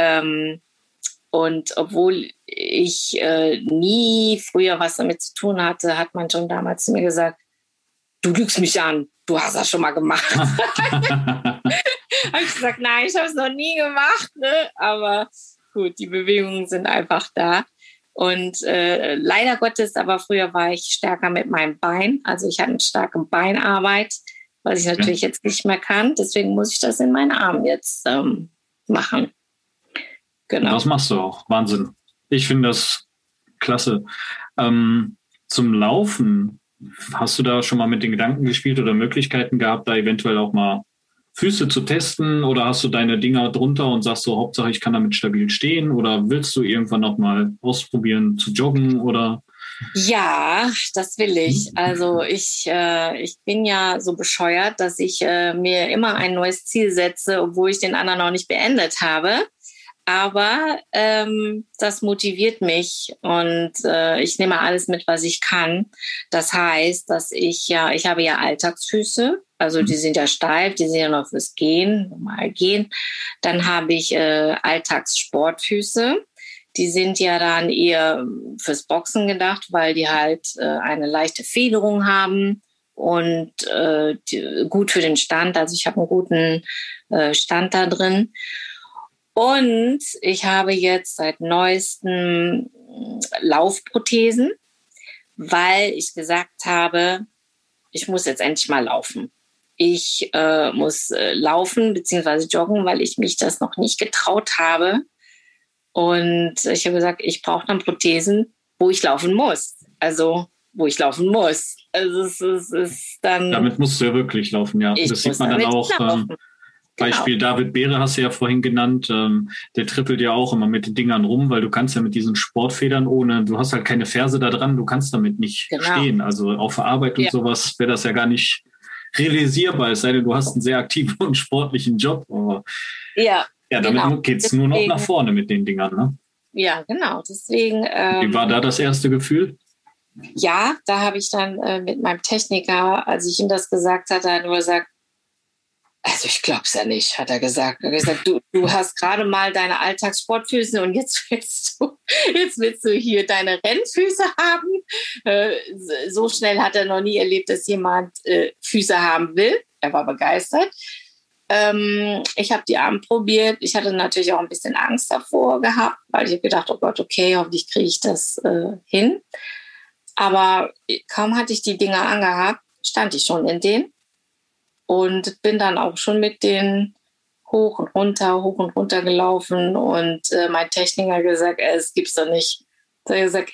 Und obwohl ich nie früher was damit zu tun hatte, hat man schon damals zu mir gesagt, du lügst mich an, du hast das schon mal gemacht. Habe ich gesagt, nein, ich habe es noch nie gemacht. Ne? Aber gut, die Bewegungen sind einfach da. Und leider Gottes, aber früher war ich stärker mit meinem Bein. Also ich hatte eine starke Beinarbeit, was ich natürlich jetzt nicht mehr kann. Deswegen muss ich das in meinen Armen jetzt machen. Genau. Das machst du auch. Wahnsinn. Ich finde das klasse. Zum Laufen, hast du da schon mal mit den Gedanken gespielt oder Möglichkeiten gehabt, da eventuell auch mal Füße zu testen oder hast du deine Dinger drunter und sagst so, Hauptsache ich kann damit stabil stehen oder willst du irgendwann noch mal ausprobieren zu joggen oder? Ja, das will ich. Also ich bin ja so bescheuert, dass ich mir immer ein neues Ziel setze, obwohl ich den anderen noch nicht beendet habe. Aber das motiviert mich und ich nehme alles mit, was ich kann. Das heißt, dass ich habe ja Alltagsfüße, also die sind ja steif, die sind ja noch fürs Gehen, normal gehen. Dann habe ich Alltagssportfüße. Die sind ja dann eher fürs Boxen gedacht, weil die halt eine leichte Federung haben und gut für den Stand. Also ich habe einen guten Stand da drin. Und ich habe jetzt seit neuestem Laufprothesen, weil ich gesagt habe, ich muss jetzt endlich mal laufen. Ich muss laufen bzw. joggen, weil ich mich das noch nicht getraut habe. Und ich habe gesagt, ich brauche dann Prothesen, wo ich laufen muss. Also, wo ich laufen muss. Also, es ist dann... Damit musst du ja wirklich laufen, ja. Das sieht man dann auch... Beispiel David Behre hast du ja vorhin genannt, der trippelt ja auch immer mit den Dingern rum, weil du kannst ja mit diesen Sportfedern du hast halt keine Ferse da dran, du kannst damit nicht stehen. Also auf der Arbeit und sowas wäre das ja gar nicht realisierbar, es sei denn, du hast einen sehr aktiven und sportlichen Job. Aber damit geht's nur noch nach vorne mit den Dingern, ne? Ja, genau. Deswegen. Wie war da das erste Gefühl? Ja, da habe ich dann mit meinem Techniker, als ich ihm das gesagt hatte, hat er nur gesagt, also ich glaub's ja nicht, hat er gesagt. Er hat gesagt, du hast gerade mal deine Alltagssportfüße und jetzt willst du hier deine Rennfüße haben. So schnell hat er noch nie erlebt, dass jemand Füße haben will. Er war begeistert. Ich habe die Arme probiert. Ich hatte natürlich auch ein bisschen Angst davor gehabt, weil ich habe gedacht, oh Gott, okay, hoffentlich kriege ich das hin. Aber kaum hatte ich die Dinger angehabt, stand ich schon in denen. Und bin dann auch schon mit denen hoch und runter gelaufen. Und mein Techniker hat gesagt, es gibt's doch nicht. Er hat gesagt,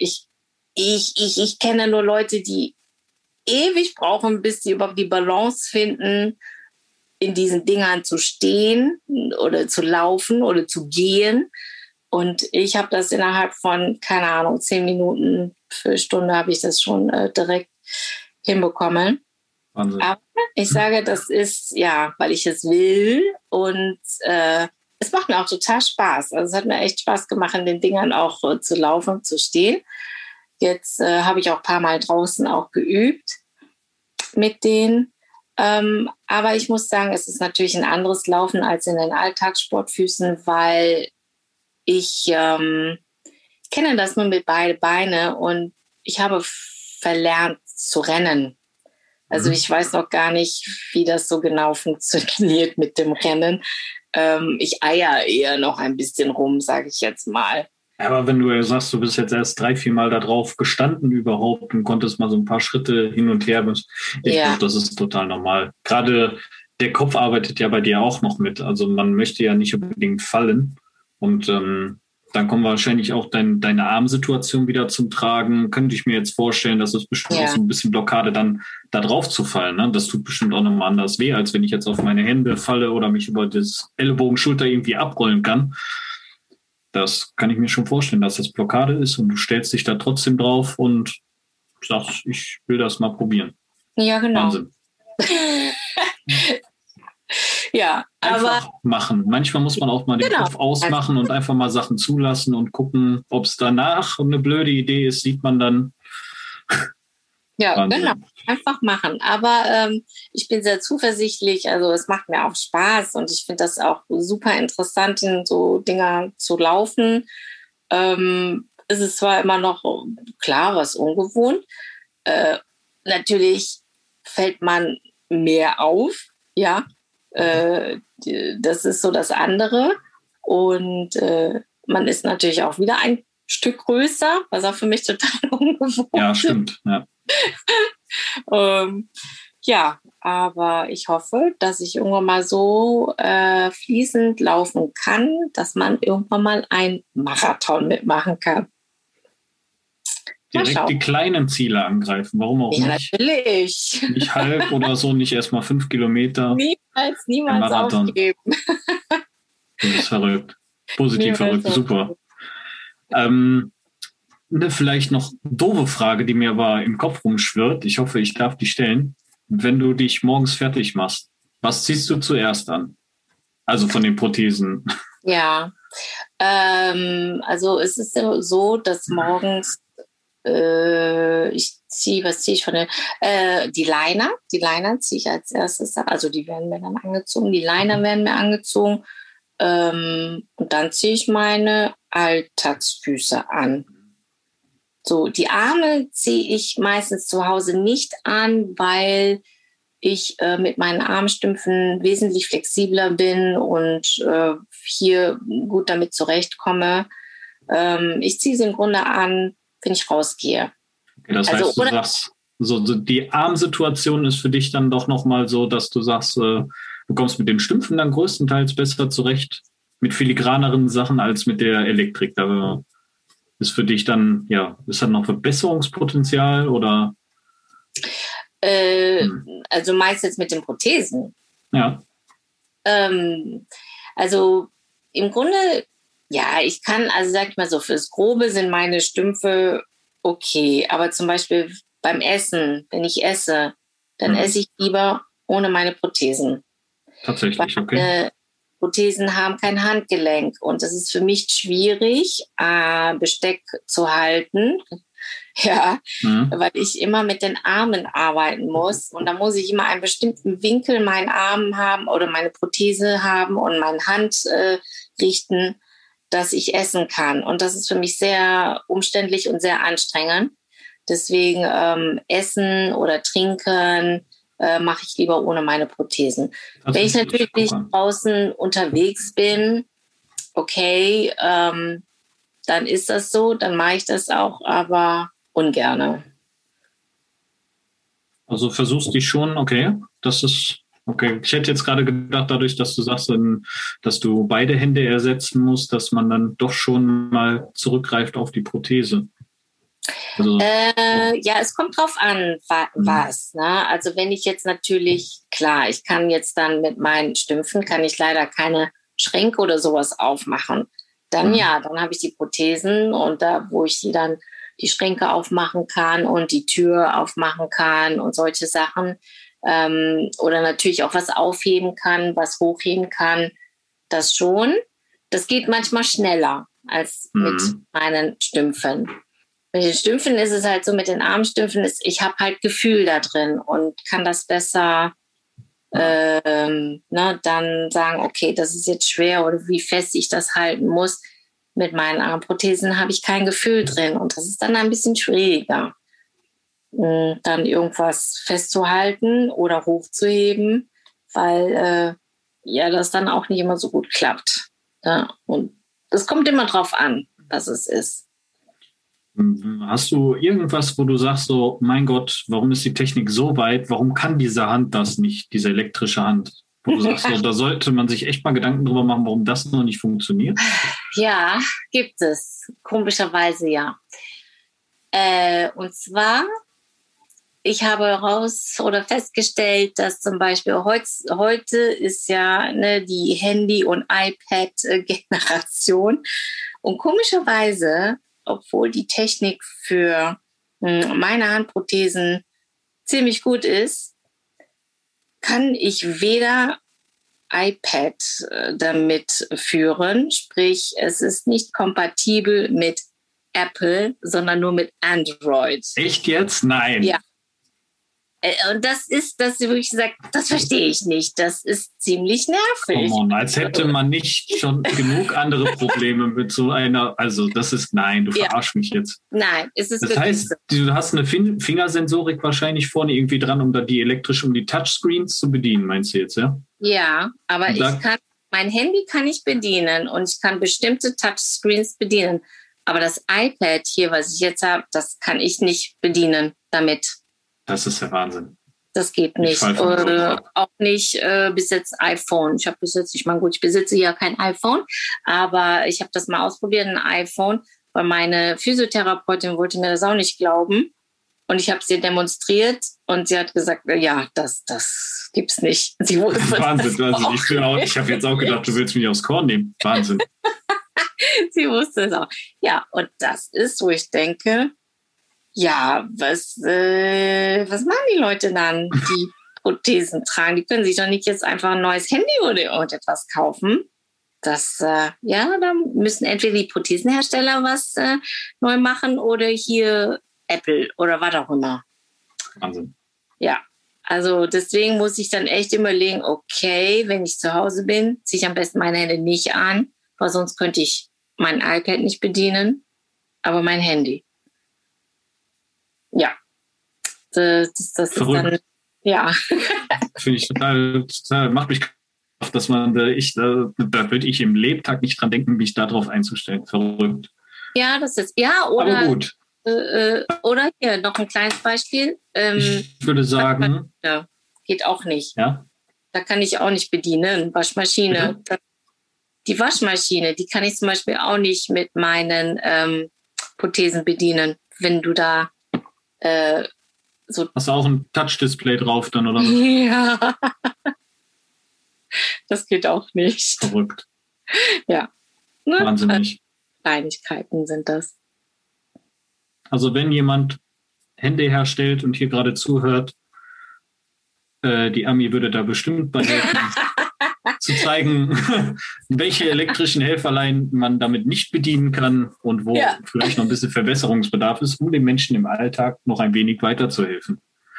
ich kenne nur Leute, die ewig brauchen, bis sie überhaupt die Balance finden, in diesen Dingern zu stehen oder zu laufen oder zu gehen. Und ich habe das innerhalb von, keine Ahnung, 10 Minuten, Viertelstunde habe ich das schon direkt hinbekommen. Wahnsinn. Aber ich sage, das ist, weil ich es will und es macht mir auch total Spaß. Also es hat mir echt Spaß gemacht, in den Dingern auch zu laufen, zu stehen. Jetzt habe ich auch ein paar Mal draußen auch geübt mit denen. Aber ich muss sagen, es ist natürlich ein anderes Laufen als in den Alltagssportfüßen, weil ich kenne das nur mit beide Beine und ich habe verlernt zu rennen. Also ich weiß noch gar nicht, wie das so genau funktioniert mit dem Rennen. Ich eier eher noch ein bisschen rum, sage ich jetzt mal. Aber wenn du sagst, du bist jetzt erst 3-4 Mal da drauf gestanden überhaupt und konntest mal so ein paar Schritte hin und her, ich glaube, das ist total normal. Gerade der Kopf arbeitet ja bei dir auch noch mit. Also man möchte ja nicht unbedingt fallen. Und dann kommt wahrscheinlich auch deine Armsituation wieder zum Tragen. Könnte ich mir jetzt vorstellen, dass es bestimmt auch so ein bisschen Blockade dann da drauf zu fallen. Ne? Das tut bestimmt auch nochmal anders weh, als wenn ich jetzt auf meine Hände falle oder mich über das Ellbogen-Schulter irgendwie abrollen kann. Das kann ich mir schon vorstellen, dass das Blockade ist und du stellst dich da trotzdem drauf und sagst, ich will das mal probieren. Ja, genau. Wahnsinn. Ja, einfach aber machen. Manchmal muss man auch mal den Kopf ausmachen und einfach mal Sachen zulassen und gucken, ob es danach eine blöde Idee ist, sieht man dann. Ja, Wahnsinn. Genau. Einfach machen. Aber ich bin sehr zuversichtlich. Also es macht mir auch Spaß und ich finde das auch super interessant, in so Dinger zu laufen. Es ist zwar immer noch, klar, was ungewohnt. Natürlich fällt man mehr auf, ja. Das ist so das andere. Und man ist natürlich auch wieder ein Stück größer, was auch für mich total ungewohnt ist. Ja, stimmt. Ja. Aber ich hoffe, dass ich irgendwann mal so fließend laufen kann, dass man irgendwann mal einen Marathon mitmachen kann. Direkt die kleinen Ziele angreifen. Warum auch nicht? Natürlich. Nicht halb oder so, nicht erst mal 5 Kilometer. Niemals aufgeben. Das ist verrückt. Positiv verrückt, super. Eine vielleicht noch doofe Frage, die mir aber im Kopf rumschwirrt. Ich hoffe, ich darf die stellen. Wenn du dich morgens fertig machst, was ziehst du zuerst an? Also von den Prothesen. Ja, Also es ist so, dass morgens was ziehe ich von die Liner ziehe ich als erstes, also die werden mir dann angezogen, die Liner werden mir angezogen und dann ziehe ich meine Alltagsfüße an. So, die Arme ziehe ich meistens zu Hause nicht an, weil ich mit meinen Armstümpfen wesentlich flexibler bin und hier gut damit zurechtkomme. Ich ziehe sie im Grunde an, wenn ich rausgehe. Okay, das heißt, du sagst, so die Armsituation ist für dich dann doch nochmal so, dass du sagst, du kommst mit den Stümpfen dann größtenteils besser zurecht, mit filigraneren Sachen als mit der Elektrik. Da ist für dich dann, ja, ist dann noch Verbesserungspotenzial oder? Also meist jetzt mit den Prothesen. Ja. Also im Grunde, ja, ich kann, also sag ich mal so, fürs Grobe sind meine Stümpfe okay. Aber zum Beispiel beim Essen, wenn ich esse, dann esse ich lieber ohne meine Prothesen. Tatsächlich, okay. Prothesen haben kein Handgelenk und es ist für mich schwierig, Besteck zu halten. Ja, weil ich immer mit den Armen arbeiten muss und da muss ich immer einen bestimmten Winkel meinen Arm haben oder meine Prothese haben und meine Hand richten, dass ich essen kann. Und das ist für mich sehr umständlich und sehr anstrengend. Deswegen Essen oder Trinken mache ich lieber ohne meine Prothesen. Wenn ich natürlich draußen unterwegs bin, okay, dann ist das so, dann mache ich das auch, aber ungerne. Also versuchst dich schon, okay, das ist okay. Ich hätte jetzt gerade gedacht, dadurch, dass du sagst, dass du beide Hände ersetzen musst, dass man dann doch schon mal zurückgreift auf die Prothese. Also, ja, es kommt drauf an, was. Ne? Also wenn ich jetzt natürlich, klar, ich kann jetzt dann mit meinen Stümpfen, kann ich leider keine Schränke oder sowas aufmachen. Dann dann habe ich die Prothesen und da, wo ich dann die Schränke aufmachen kann und die Tür aufmachen kann und solche Sachen. Oder natürlich auch was aufheben kann, was hochheben kann. Das schon. Das geht manchmal schneller als mit meinen Stümpfen. Mit den Stümpfen ist es halt so, mit den Armstümpfen ich habe halt Gefühl da drin und kann das besser dann sagen, okay, das ist jetzt schwer oder wie fest ich das halten muss. Mit meinen Armprothesen habe ich kein Gefühl drin und das ist dann ein bisschen schwieriger, dann irgendwas festzuhalten oder hochzuheben, weil das dann auch nicht immer so gut klappt. Ja? Und es kommt immer drauf an, was es ist. Hast du irgendwas, wo du sagst so, mein Gott, warum ist die Technik so weit? Warum kann diese Hand das nicht, diese elektrische Hand? Wo du sagst, so, da sollte man sich echt mal Gedanken drüber machen, warum das noch nicht funktioniert? Ja, gibt es. Komischerweise ja. Und zwar, ich habe festgestellt, dass zum Beispiel heute ist ja die Handy- und iPad-Generation. Und komischerweise, obwohl die Technik für meine Handprothesen ziemlich gut ist, kann ich weder iPad damit führen, sprich, es ist nicht kompatibel mit Apple, sondern nur mit Android. Echt jetzt? Nein. Ja. Und das wirklich gesagt, das verstehe ich nicht. Das ist ziemlich nervig. Come on, als hätte man nicht schon genug andere Probleme mit so einer, also das ist, nein, du verarschst mich jetzt. Nein, es ist das heißt, du hast eine Fingersensorik wahrscheinlich vorne irgendwie dran, um da die Touchscreens zu bedienen, meinst du jetzt, ja? Ja, aber mein Handy kann ich bedienen und ich kann bestimmte Touchscreens bedienen. Aber das iPad hier, was ich jetzt habe, das kann ich nicht bedienen damit. Das ist der Wahnsinn. Das geht nicht. Auch nicht bis jetzt iPhone. Ich besitze ja kein iPhone, aber ich habe das mal ausprobiert, ein iPhone, weil meine Physiotherapeutin wollte mir das auch nicht glauben. Und ich habe es ihr demonstriert und sie hat gesagt, ja, das gibt's nicht. Sie wusste Wahnsinn. Also ich habe jetzt auch gedacht, du willst mich aufs Korn nehmen. Wahnsinn. Sie wusste es auch. Ja, und das ist, wo ich denke, ja, was machen die Leute dann, die Prothesen tragen? Die können sich doch nicht jetzt einfach ein neues Handy oder irgendetwas kaufen. da müssen entweder die Prothesenhersteller was neu machen oder hier Apple oder was auch immer. Wahnsinn. Ja, also deswegen muss ich dann echt überlegen, okay, wenn ich zu Hause bin, ziehe ich am besten meine Hände nicht an, weil sonst könnte ich mein iPad nicht bedienen, aber mein Handy. Ja, das ist dann, ja. Finde ich total, macht mich, dass man, da würde ich im Lebtag nicht dran denken, mich darauf einzustellen. Verrückt. Ja, das ist, ja, oder. Aber gut. Oder hier noch ein kleines Beispiel. Ich würde sagen. Ja, geht auch nicht. Ja. Da kann ich auch nicht bedienen. Waschmaschine. Bitte? Die Waschmaschine, die kann ich zum Beispiel auch nicht mit meinen Prothesen bedienen. Wenn du da so. Hast du auch ein Touch-Display drauf dann, oder? Ja. Das geht auch nicht. Verrückt. Ja. Wahnsinnig. Kleinigkeiten sind das. Also wenn jemand Hände herstellt und hier gerade zuhört, die Ami würde da bestimmt bei helfen, zu zeigen, welche elektrischen Helferlein man damit nicht bedienen kann und wo vielleicht noch ein bisschen Verbesserungsbedarf ist, um den Menschen im Alltag noch ein wenig weiterzuhelfen.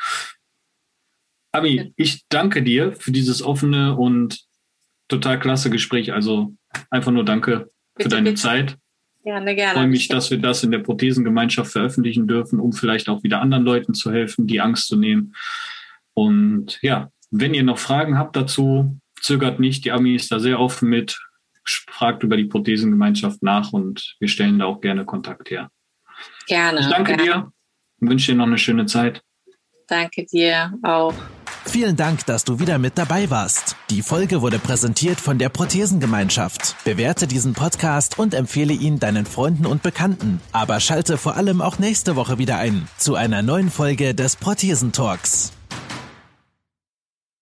Ami, ich danke dir für dieses offene und total klasse Gespräch. Also einfach nur danke für deine Zeit. Gerne. Ich freue mich, dass wir das in der Prothesengemeinschaft veröffentlichen dürfen, um vielleicht auch wieder anderen Leuten zu helfen, die Angst zu nehmen. Und ja, wenn ihr noch Fragen habt dazu, zögert nicht. Die Ami ist da sehr offen mit, fragt über die Prothesengemeinschaft nach und wir stellen da auch gerne Kontakt her. Gerne. Ich danke dir und wünsche dir noch eine schöne Zeit. Danke dir auch. Vielen Dank, dass du wieder mit dabei warst. Die Folge wurde präsentiert von der Prothesengemeinschaft. Bewerte diesen Podcast und empfehle ihn deinen Freunden und Bekannten. Aber schalte vor allem auch nächste Woche wieder ein zu einer neuen Folge des Prothesentalks.